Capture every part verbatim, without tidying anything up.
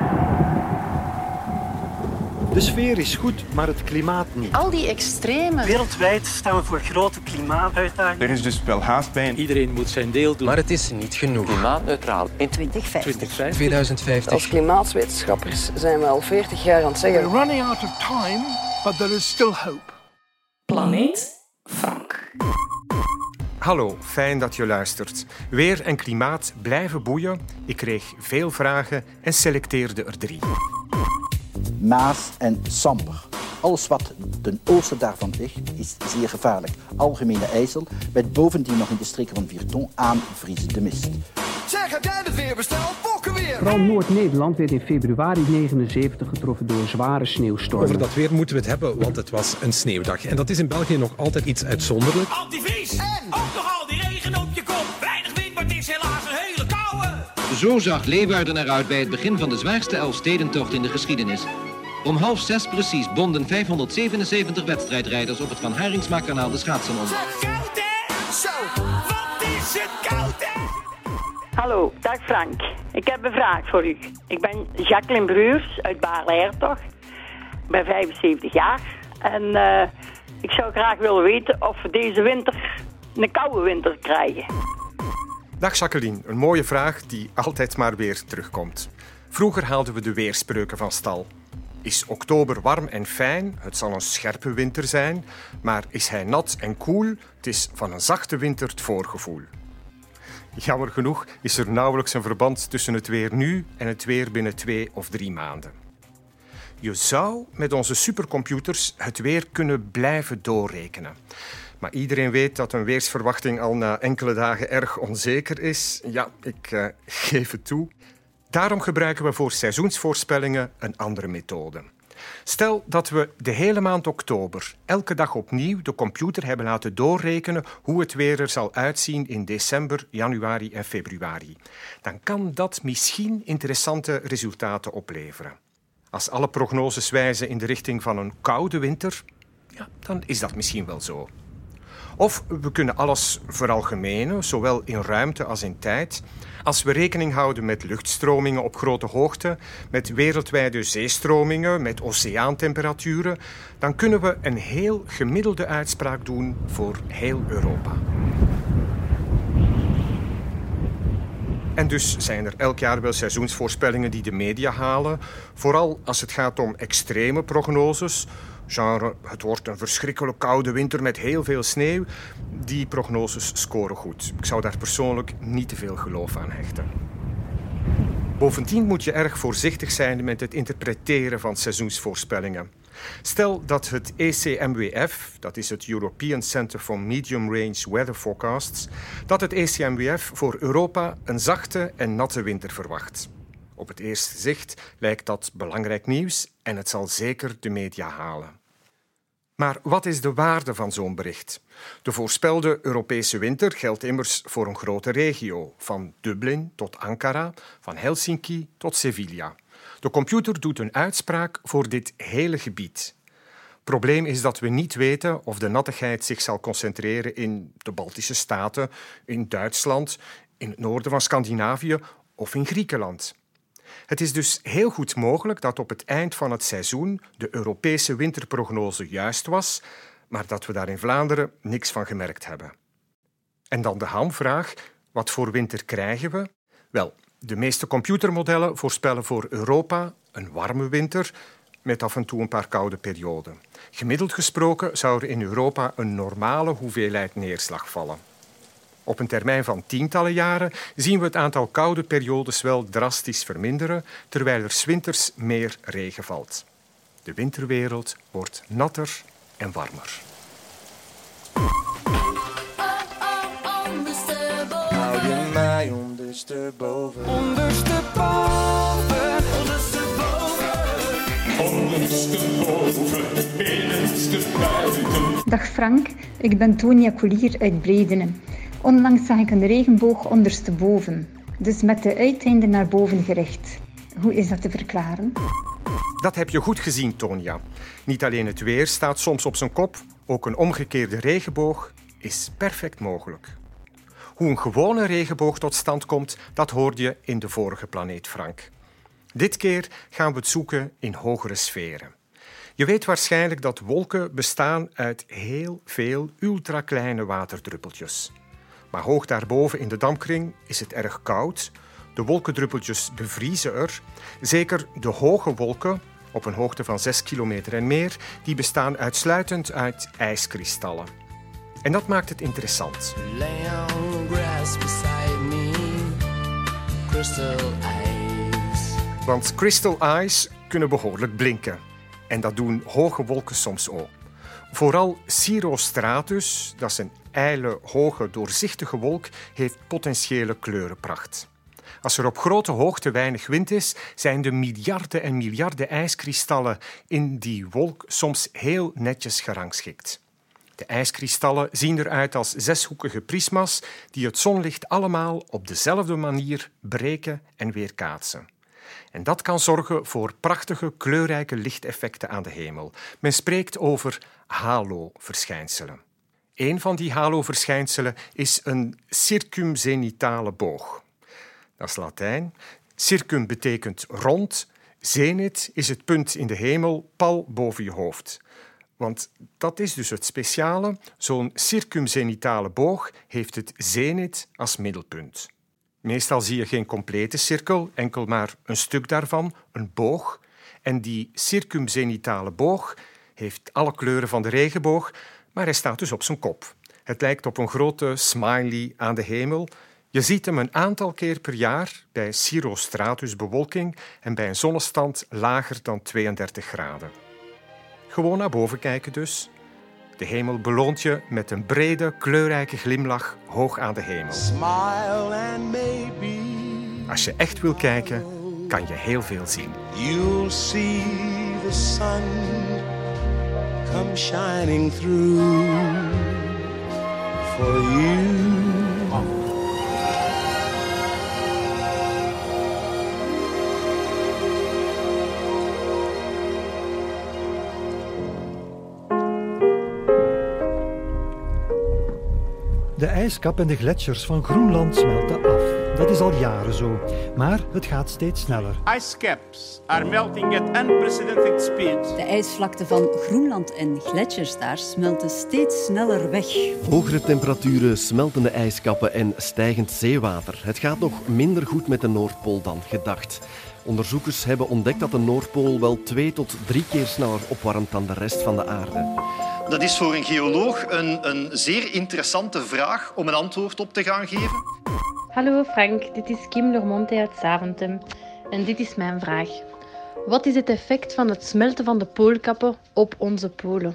De sfeer is goed, maar het klimaat niet. Al die extreme. Wereldwijd staan we voor grote klimaatuitdagingen. Er is dus wel haast bij. Iedereen moet zijn deel doen. Maar het is niet genoeg. Klimaatneutraal in twintig vijftig. twintig vijftig. Als klimaatwetenschappers zijn we al veertig jaar aan het zeggen. We're running out of time, but there is still hope. Planeet Frank. Hallo, fijn dat je luistert. Weer en klimaat blijven boeien. Ik kreeg veel vragen en selecteerde er drie. Maas en Samper. Alles wat ten oosten daarvan ligt, is zeer gevaarlijk. Algemene IJssel, met bovendien nog in de streken van Virton aanvriezende mist. Zeg, heb jij het weer besteld? Fokken weer! Vooral Noord-Nederland werd in februari negenenzeventig getroffen door zware sneeuwstormen. Over dat weer moeten we het hebben, want het was een sneeuwdag. En dat is in België nog altijd iets uitzonderlijk. Antivries! En ook nog al die regen op je kop. Weinig wind, maar het is helaas een hele koude. Zo zag Leeuwarden eruit bij het begin van de zwaarste Elfstedentocht in de geschiedenis. Om half zes precies bonden vijfhonderdzevenenzeventig wedstrijdrijders op het Van Haringsma-kanaal de schaatsen om. Zeg, koud hè? Zo, wat is het koud hè? Hallo, dag Frank. Ik heb een vraag voor u. Ik ben Jacqueline Bruurs uit Baarle-Hertog. Ik ben vijfenzeventig jaar. En uh, ik zou graag willen weten of we deze winter een koude winter krijgen. Dag Jacqueline, een mooie vraag die altijd maar weer terugkomt. Vroeger haalden we de weerspreuken van stal. Is oktober warm en fijn? Het zal een scherpe winter zijn. Maar is hij nat en koel? Het is van een zachte winter het voorgevoel. Jammer genoeg is er nauwelijks een verband tussen het weer nu en het weer binnen twee of drie maanden. Je zou met onze supercomputers het weer kunnen blijven doorrekenen. Maar iedereen weet dat een weersverwachting al na enkele dagen erg onzeker is. Ja, ik uh, geef het toe. Daarom gebruiken we voor seizoensvoorspellingen een andere methode. Stel dat we de hele maand oktober elke dag opnieuw de computer hebben laten doorrekenen hoe het weer er zal uitzien in december, januari en februari. Dan kan dat misschien interessante resultaten opleveren. Als alle prognoses wijzen in de richting van een koude winter, ja, dan is dat misschien wel zo. Of we kunnen alles veralgemenen, zowel in ruimte als in tijd. Als we rekening houden met luchtstromingen op grote hoogte, met wereldwijde zeestromingen, met oceaantemperaturen, dan kunnen we een heel gemiddelde uitspraak doen voor heel Europa. En dus zijn er elk jaar wel seizoensvoorspellingen die de media halen, vooral als het gaat om extreme prognoses. Genre, het wordt een verschrikkelijk koude winter met heel veel sneeuw. Die prognoses scoren goed. Ik zou daar persoonlijk niet te veel geloof aan hechten. Bovendien moet je erg voorzichtig zijn met het interpreteren van seizoensvoorspellingen. Stel dat het E C M W F, dat is het European Centre for Medium Range Weather Forecasts, dat het E C M W F voor Europa een zachte en natte winter verwacht. Op het eerste zicht lijkt dat belangrijk nieuws en het zal zeker de media halen. Maar wat is de waarde van zo'n bericht? De voorspelde Europese winter geldt immers voor een grote regio, van Dublin tot Ankara, van Helsinki tot Sevilla. De computer doet een uitspraak voor dit hele gebied. Probleem is dat we niet weten of de nattigheid zich zal concentreren in de Baltische Staten, in Duitsland, in het noorden van Scandinavië of in Griekenland. Het is dus heel goed mogelijk dat op het eind van het seizoen de Europese winterprognose juist was, maar dat we daar in Vlaanderen niks van gemerkt hebben. En dan de hamvraag, wat voor winter krijgen we? Wel, de meeste computermodellen voorspellen voor Europa een warme winter met af en toe een paar koude perioden. Gemiddeld gesproken zou er in Europa een normale hoeveelheid neerslag vallen. Op een termijn van tientallen jaren zien we het aantal koude periodes wel drastisch verminderen, terwijl er 's winters meer regen valt. De winterwereld wordt natter en warmer. Hou je mij ondersteboven. Ondersteboven, ondersteboven. Ondersteboven, binnenstebuiten. Dag Frank, ik ben Tonia Collier uit Bredene. Onlangs zag ik een regenboog ondersteboven, dus met de uiteinden naar boven gericht. Hoe is dat te verklaren? Dat heb je goed gezien, Tonia. Niet alleen het weer staat soms op zijn kop, ook een omgekeerde regenboog is perfect mogelijk. Hoe een gewone regenboog tot stand komt, dat hoorde je in de vorige Planeet Frank. Dit keer gaan we het zoeken in hogere sferen. Je weet waarschijnlijk dat wolken bestaan uit heel veel ultrakleine waterdruppeltjes. Maar hoog daarboven in de dampkring is het erg koud. De wolkendruppeltjes bevriezen er. Zeker de hoge wolken, op een hoogte van zes kilometer en meer, die bestaan uitsluitend uit ijskristallen. En dat maakt het interessant. Want crystal eyes kunnen behoorlijk blinken. En dat doen hoge wolken soms ook. Vooral cirrostratus, dat is een ijle, hoge, doorzichtige wolk, heeft potentiële kleurenpracht. Als er op grote hoogte weinig wind is, zijn de miljarden en miljarden ijskristallen in die wolk soms heel netjes gerangschikt. De ijskristallen zien eruit als zeshoekige prisma's die het zonlicht allemaal op dezelfde manier breken en weerkaatsen. En dat kan zorgen voor prachtige, kleurrijke lichteffecten aan de hemel. Men spreekt over halo-verschijnselen. Een van die halo-verschijnselen is een circumzenitale boog. Dat is Latijn. Circum betekent rond. Zenit is het punt in de hemel pal boven je hoofd. Want dat is dus het speciale. Zo'n circumzenitale boog heeft het zenit als middelpunt. Meestal zie je geen complete cirkel, enkel maar een stuk daarvan, een boog. En die circumzenitale boog heeft alle kleuren van de regenboog, maar hij staat dus op zijn kop. Het lijkt op een grote smiley aan de hemel. Je ziet hem een aantal keer per jaar bij cirrostratusbewolking en bij een zonnestand lager dan tweeëndertig graden. Gewoon naar boven kijken dus. De hemel beloont je met een brede, kleurrijke glimlach hoog aan de hemel. Als je echt wil kijken, kan je heel veel zien. You'll see the sun come shining through for you. De ijskap en de gletsjers van Groenland smelten af. Dat is al jaren zo. Maar het gaat steeds sneller. Ice caps are melting at unprecedented speed. De ijsvlakte van Groenland en gletsjers daar smelten steeds sneller weg. Hogere temperaturen, smeltende ijskappen en stijgend zeewater. Het gaat nog minder goed met de Noordpool dan gedacht. Onderzoekers hebben ontdekt dat de Noordpool wel twee tot drie keer sneller opwarmt dan de rest van de aarde. Dat is voor een geoloog een, een zeer interessante vraag om een antwoord op te gaan geven. Hallo Frank, dit is Kim Lormonte uit Zaventem. En dit is mijn vraag. Wat is het effect van het smelten van de poolkappen op onze polen?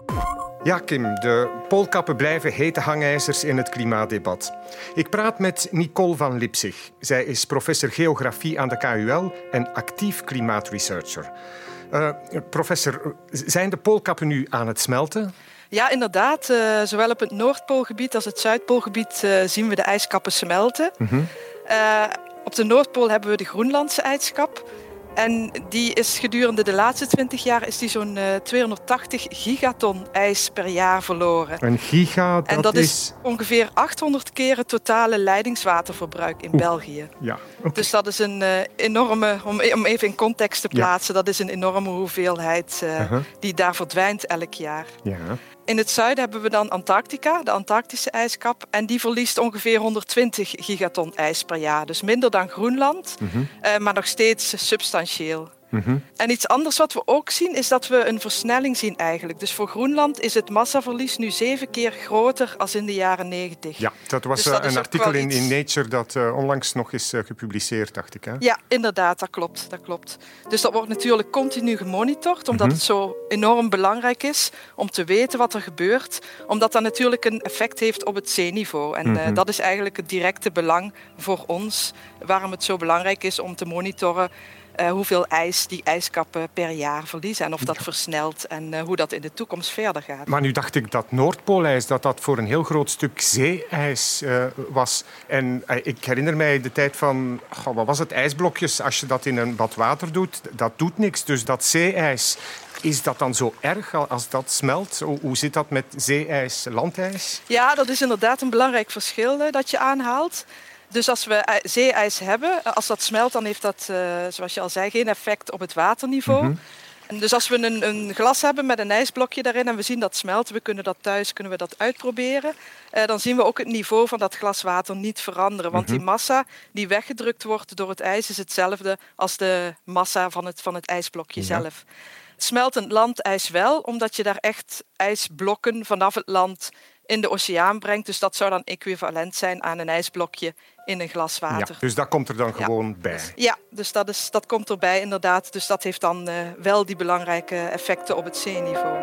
Ja, Kim, de poolkappen blijven hete hangijzers in het klimaatdebat. Ik praat met Nicole van Lipzig. Zij is professor geografie aan de K U L en actief klimaatresearcher. Uh, professor, zijn de poolkappen nu aan het smelten? Ja, inderdaad. Uh, zowel op het Noordpoolgebied als het Zuidpoolgebied uh, zien we de ijskappen smelten. Mm-hmm. Uh, op de Noordpool hebben we de Groenlandse ijskap. En die is gedurende de laatste twintig jaar is die zo'n uh, tweehonderdtachtig gigaton ijs per jaar verloren. Een giga, dat, en dat is... is ongeveer achthonderd keer het totale leidingswaterverbruik in Oeh. België. Ja, okay. Dus dat is een uh, enorme, om, om even in context te plaatsen, ja. dat is een enorme hoeveelheid uh, uh-huh. die daar verdwijnt elk jaar. Ja. In het zuiden hebben we dan Antarctica, de Antarctische ijskap. En die verliest ongeveer honderdtwintig gigaton ijs per jaar. Dus minder dan Groenland, mm-hmm. uh, maar nog steeds substantieel. Mm-hmm. En iets anders wat we ook zien, is dat we een versnelling zien eigenlijk. Dus voor Groenland is het massaverlies nu zeven keer groter als in de jaren negentig. Ja, dat was dus dat uh, een artikel in, in Nature dat uh, onlangs nog is uh, gepubliceerd, dacht ik. Hè? Ja, inderdaad, dat klopt, dat klopt. Dus dat wordt natuurlijk continu gemonitord, omdat mm-hmm. het zo enorm belangrijk is om te weten wat er gebeurt. Omdat dat natuurlijk een effect heeft op het zeeniveau. En mm-hmm. uh, dat is eigenlijk het directe belang voor ons, waarom het zo belangrijk is om te monitoren Uh, hoeveel ijs die ijskappen per jaar verliezen en of dat versnelt en uh, hoe dat in de toekomst verder gaat. Maar nu dacht ik dat Noordpoolijs dat dat voor een heel groot stuk zeeijs uh, was. En uh, ik herinner mij de tijd van, oh, wat was het, ijsblokjes. Als je dat in een bad water doet, dat doet niks. Dus dat zeeijs, is dat dan zo erg als dat smelt? Hoe, hoe zit dat met zeeijs, landijs? Ja, dat is inderdaad een belangrijk verschil uh, dat je aanhaalt. Dus als we zeeijs hebben, als dat smelt, dan heeft dat, uh, zoals je al zei, geen effect op het waterniveau. Mm-hmm. En dus als we een, een glas hebben met een ijsblokje daarin en we zien dat smelt, we kunnen dat thuis kunnen we dat uitproberen, uh, dan zien we ook het niveau van dat glas water niet veranderen. Want mm-hmm. die massa die weggedrukt wordt door het ijs is hetzelfde als de massa van het, van het ijsblokje ja. zelf. Smeltend landijs wel, omdat je daar echt ijsblokken vanaf het land in de oceaan brengt. Dus dat zou dan equivalent zijn aan een ijsblokje in een glas water. Ja, dus dat komt er dan ja. gewoon bij? Ja, dus dat, is, dat komt erbij inderdaad. Dus dat heeft dan uh, wel die belangrijke effecten op het zeeniveau.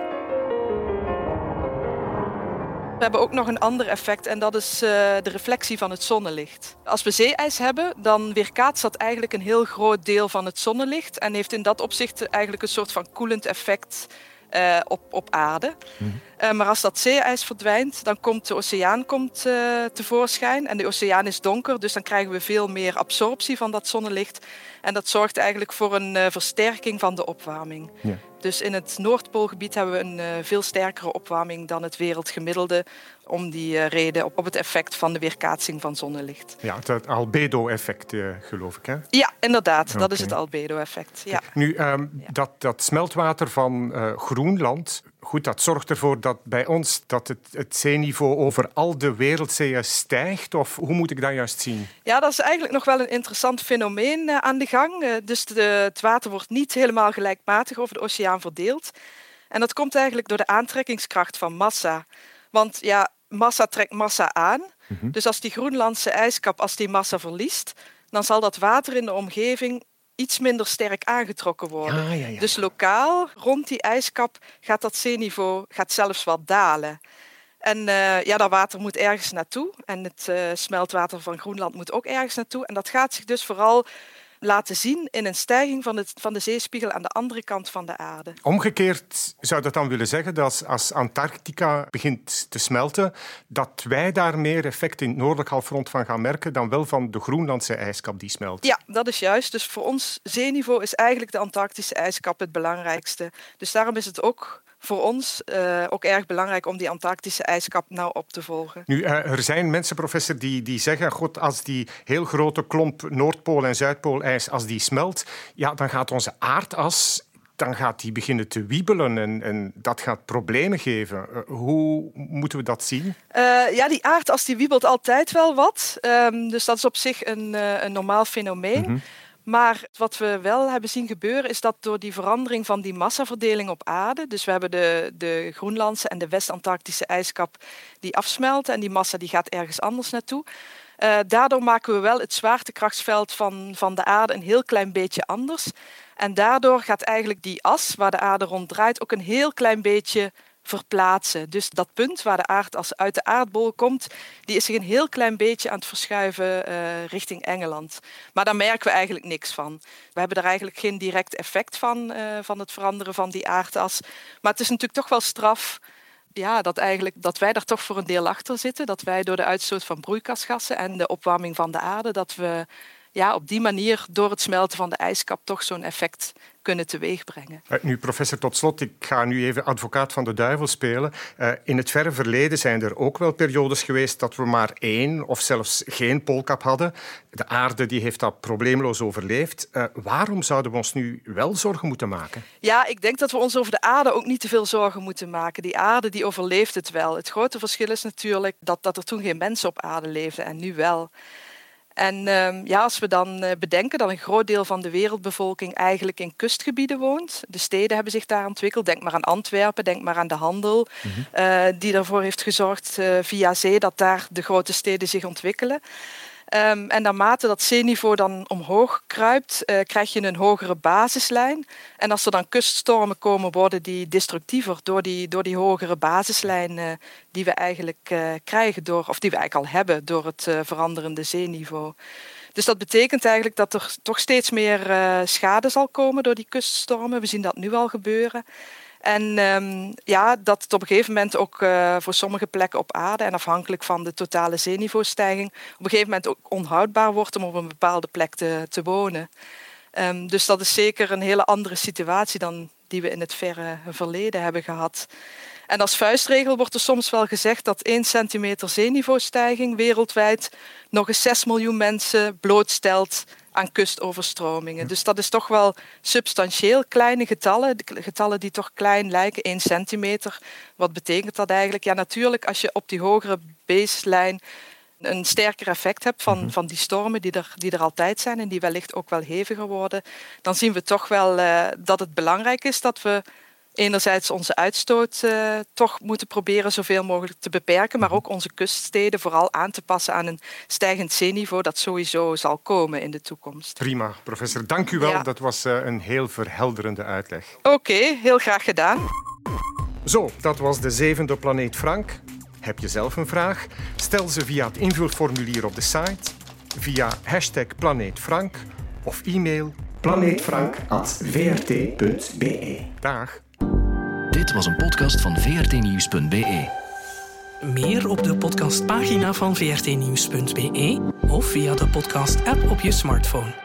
We hebben ook nog een ander effect en dat is uh, de reflectie van het zonnelicht. Als we zeeijs hebben, dan weerkaatst dat eigenlijk een heel groot deel van het zonnelicht en heeft in dat opzicht eigenlijk een soort van koelend effect Uh, op, op aarde. Mm. Uh, maar als dat zeeijs verdwijnt, dan komt de oceaan komt, uh, tevoorschijn. En de oceaan is donker, dus dan krijgen we veel meer absorptie van dat zonnelicht. En dat zorgt eigenlijk voor een uh, versterking van de opwarming. Ja. Dus in het Noordpoolgebied hebben we een uh, veel sterkere opwarming dan het wereldgemiddelde. Om die uh, reden op, op het effect van de weerkaatsing van zonnelicht. Ja, het albedo-effect, uh, geloof ik, hè? Ja, inderdaad. Okay. Dat is het albedo-effect. Ja. Nu, um, ja. dat, dat smeltwater van uh, Groenland, goed, dat zorgt ervoor dat bij ons dat het, het zeeniveau over al de wereldzeeën stijgt? Of hoe moet ik dat juist zien? Ja, dat is eigenlijk nog wel een interessant fenomeen uh, aan de gang. Uh, dus de, het water wordt niet helemaal gelijkmatig over de oceaan verdeeld. En dat komt eigenlijk door de aantrekkingskracht van massa. Want ja, massa trekt massa aan. Mm-hmm. Dus als die Groenlandse ijskap als die massa verliest, dan zal dat water in de omgeving iets minder sterk aangetrokken worden. Ja, ja, ja. Dus lokaal, rond die ijskap, gaat dat zeeniveau gaat zelfs wat dalen. En uh, ja, dat water moet ergens naartoe. En het uh, smeltwater van Groenland moet ook ergens naartoe. En dat gaat zich dus vooral laten zien in een stijging van, het, van de zeespiegel aan de andere kant van de aarde. Omgekeerd zou dat dan willen zeggen dat als, als Antarctica begint te smelten, dat wij daar meer effect in het noordelijk halfrond van gaan merken dan wel van de Groenlandse ijskap die smelt. Ja, dat is juist. Dus voor ons zeeniveau is eigenlijk de Antarctische ijskap het belangrijkste. Dus daarom is het ook voor ons uh, ook erg belangrijk om die Antarctische ijskap nou op te volgen. Nu, uh, er zijn mensen, professor, die, die zeggen, god, als die heel grote klomp Noordpool- en Zuidpoolijs, als die smelt, ja, dan gaat onze aardas, dan gaat die beginnen te wiebelen en, en dat gaat problemen geven. Uh, hoe moeten we dat zien? Uh, ja, die aardas die wiebelt altijd wel wat. Um, dus dat is op zich een, uh, een normaal fenomeen. Mm-hmm. Maar wat we wel hebben zien gebeuren is dat door die verandering van die massaverdeling op aarde, dus we hebben de, de Groenlandse en de West-Antarctische ijskap die afsmelten en die massa die gaat ergens anders naartoe. Uh, daardoor maken we wel het zwaartekrachtsveld van, van de aarde een heel klein beetje anders. En daardoor gaat eigenlijk die as waar de aarde rond draait ook een heel klein beetje verplaatsen. Dus dat punt waar de aardas uit de aardbol komt, die is zich een heel klein beetje aan het verschuiven uh, richting Engeland. Maar daar merken we eigenlijk niks van. We hebben daar eigenlijk geen direct effect van, uh, van het veranderen van die aardas. Maar het is natuurlijk toch wel straf ja, dat, eigenlijk, dat wij daar toch voor een deel achter zitten. Dat wij door de uitstoot van broeikasgassen en de opwarming van de aarde, dat we ja, op die manier door het smelten van de ijskap toch zo'n effect kunnen teweegbrengen. Uh, nu, professor, tot slot, ik ga nu even advocaat van de duivel spelen. Uh, in het verre verleden zijn er ook wel periodes geweest dat we maar één of zelfs geen poolkap hadden. De aarde die heeft dat probleemloos overleefd. Uh, waarom zouden we ons nu wel zorgen moeten maken? Ja, ik denk dat we ons over de aarde ook niet te veel zorgen moeten maken. Die aarde die overleeft het wel. Het grote verschil is natuurlijk dat, dat er toen geen mensen op aarde leefden en nu wel. En uh, ja, als we dan uh, bedenken dat een groot deel van de wereldbevolking eigenlijk in kustgebieden woont. De steden hebben zich daar ontwikkeld. Denk maar aan Antwerpen, denk maar aan de handel. Mm-hmm. Uh, die ervoor heeft gezorgd uh, via zee dat daar de grote steden zich ontwikkelen. Um, en naarmate dat zeeniveau dan omhoog kruipt, uh, krijg je een hogere basislijn. En als er dan kuststormen komen, worden die destructiever door die, door die hogere basislijn uh, die we eigenlijk uh, krijgen, door, of die we eigenlijk al hebben door het uh, veranderende zeeniveau. Dus dat betekent eigenlijk dat er toch steeds meer uh, schade zal komen door die kuststormen. We zien dat nu al gebeuren. En um, ja, dat het op een gegeven moment ook uh, voor sommige plekken op aarde en afhankelijk van de totale zeeniveaustijging op een gegeven moment ook onhoudbaar wordt om op een bepaalde plek te, te wonen. Um, dus dat is zeker een hele andere situatie dan die we in het verre verleden hebben gehad. En als vuistregel wordt er soms wel gezegd dat één centimeter zeeniveaustijging wereldwijd nog eens zes miljoen mensen blootstelt aan kustoverstromingen. Dus dat is toch wel substantieel kleine getallen, getallen die toch klein lijken, één centimeter. Wat betekent dat eigenlijk? Ja, natuurlijk, als je op die hogere baseline een sterker effect hebt van, van die stormen die er, die er altijd zijn en die wellicht ook wel heviger worden, dan zien we toch wel uh, dat het belangrijk is dat we enerzijds onze uitstoot uh, toch moeten proberen zoveel mogelijk te beperken, maar ook onze kuststeden vooral aan te passen aan een stijgend zeeniveau dat sowieso zal komen in de toekomst. Prima, professor. Dank u wel. Ja. Dat was uh, een heel verhelderende uitleg. Oké, okay, heel graag gedaan. Zo, dat was de zevende Planeet Frank. Heb je zelf een vraag? Stel ze via het invulformulier op de site, via hashtag planeetfrank of e-mail planeetfrank at v r t punt b e. Dag. Dit was een podcast van v r t nieuws punt b e. Meer op de podcastpagina van v r t nieuws punt b e of via de podcast-app op je smartphone.